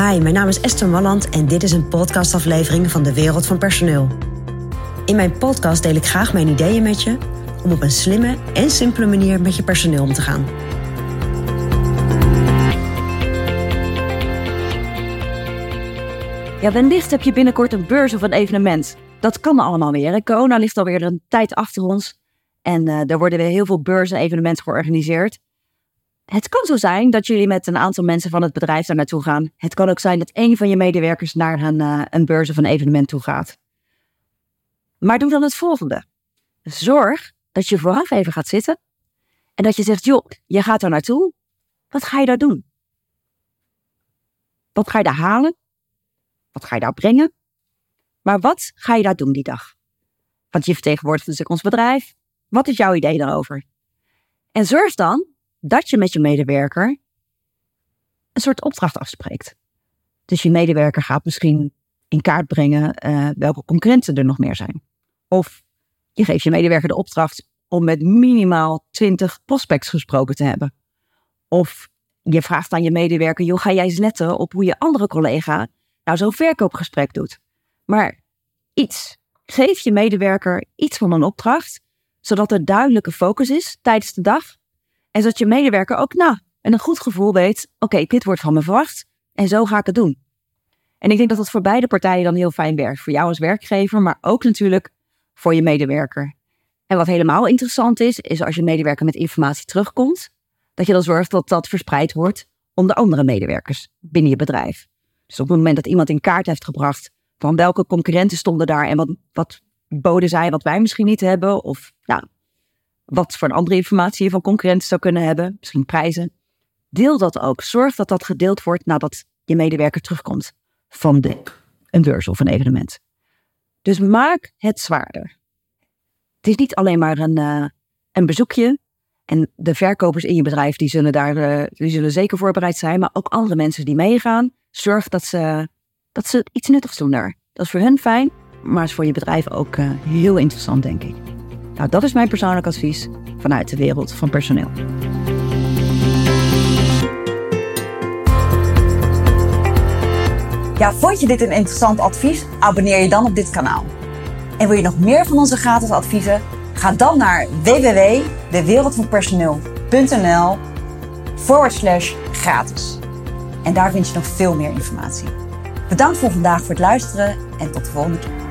Hi, mijn naam is Esther Malland en dit is een podcastaflevering van de Wereld van Personeel. In mijn podcast deel ik graag mijn ideeën met je om op een slimme en simpele manier met je personeel om te gaan. Ja, wellicht heb je binnenkort een beurs of een evenement. Dat kan allemaal weer. Corona ligt alweer een tijd achter ons. En er worden weer heel veel beurzen en evenementen georganiseerd. Het kan zo zijn dat jullie met een aantal mensen van het bedrijf daar naartoe gaan. Het kan ook zijn dat een van je medewerkers naar een beurs of een evenement toe gaat. Maar doe dan het volgende. Zorg dat je vooraf even gaat zitten. En dat je zegt, joh, je gaat daar naartoe. Wat ga je daar doen? Wat ga je daar halen? Wat ga je daar brengen? Maar wat ga je daar doen die dag? Want je vertegenwoordigt natuurlijk ons bedrijf. Wat is jouw idee daarover? En zorg dan dat je met je medewerker een soort opdracht afspreekt. Dus je medewerker gaat misschien in kaart brengen welke concurrenten er nog meer zijn. Of je geeft je medewerker de opdracht om met minimaal 20 prospects gesproken te hebben. Of je vraagt aan je medewerker, joh, ga jij eens letten op hoe je andere collega nou zo'n verkoopgesprek doet. Maar iets. Geef je medewerker iets van een opdracht, zodat er duidelijke focus is tijdens de dag. En zodat je medewerker ook en een goed gevoel weet, oké, dit wordt van me verwacht en zo ga ik het doen. En ik denk dat dat voor beide partijen dan heel fijn werkt. Voor jou als werkgever, maar ook natuurlijk voor je medewerker. En wat helemaal interessant is als je medewerker met informatie terugkomt, dat je dan zorgt dat dat verspreid wordt onder andere medewerkers binnen je bedrijf. Dus op het moment dat iemand in kaart heeft gebracht van welke concurrenten stonden daar en wat boden zij wat wij misschien niet hebben, of wat voor een andere informatie je van concurrenten zou kunnen hebben, misschien prijzen. Deel dat ook. Zorg dat dat gedeeld wordt nadat je medewerker terugkomt van een beurs of een evenement. Dus maak het zwaarder. Het is niet alleen maar een bezoekje. En de verkopers in je bedrijf die zullen zeker voorbereid zijn, maar ook andere mensen die meegaan. Zorg dat ze iets nuttigs doen daar. Dat is voor hen fijn, maar is voor je bedrijf ook heel interessant, denk ik. Nou, dat is mijn persoonlijk advies vanuit de wereld van personeel. Ja, vond je dit een interessant advies? Abonneer je dan op dit kanaal. En wil je nog meer van onze gratis adviezen? Ga dan naar www.dewereldvanpersoneel.nl/gratis. En daar vind je nog veel meer informatie. Bedankt voor vandaag voor het luisteren en tot de volgende keer.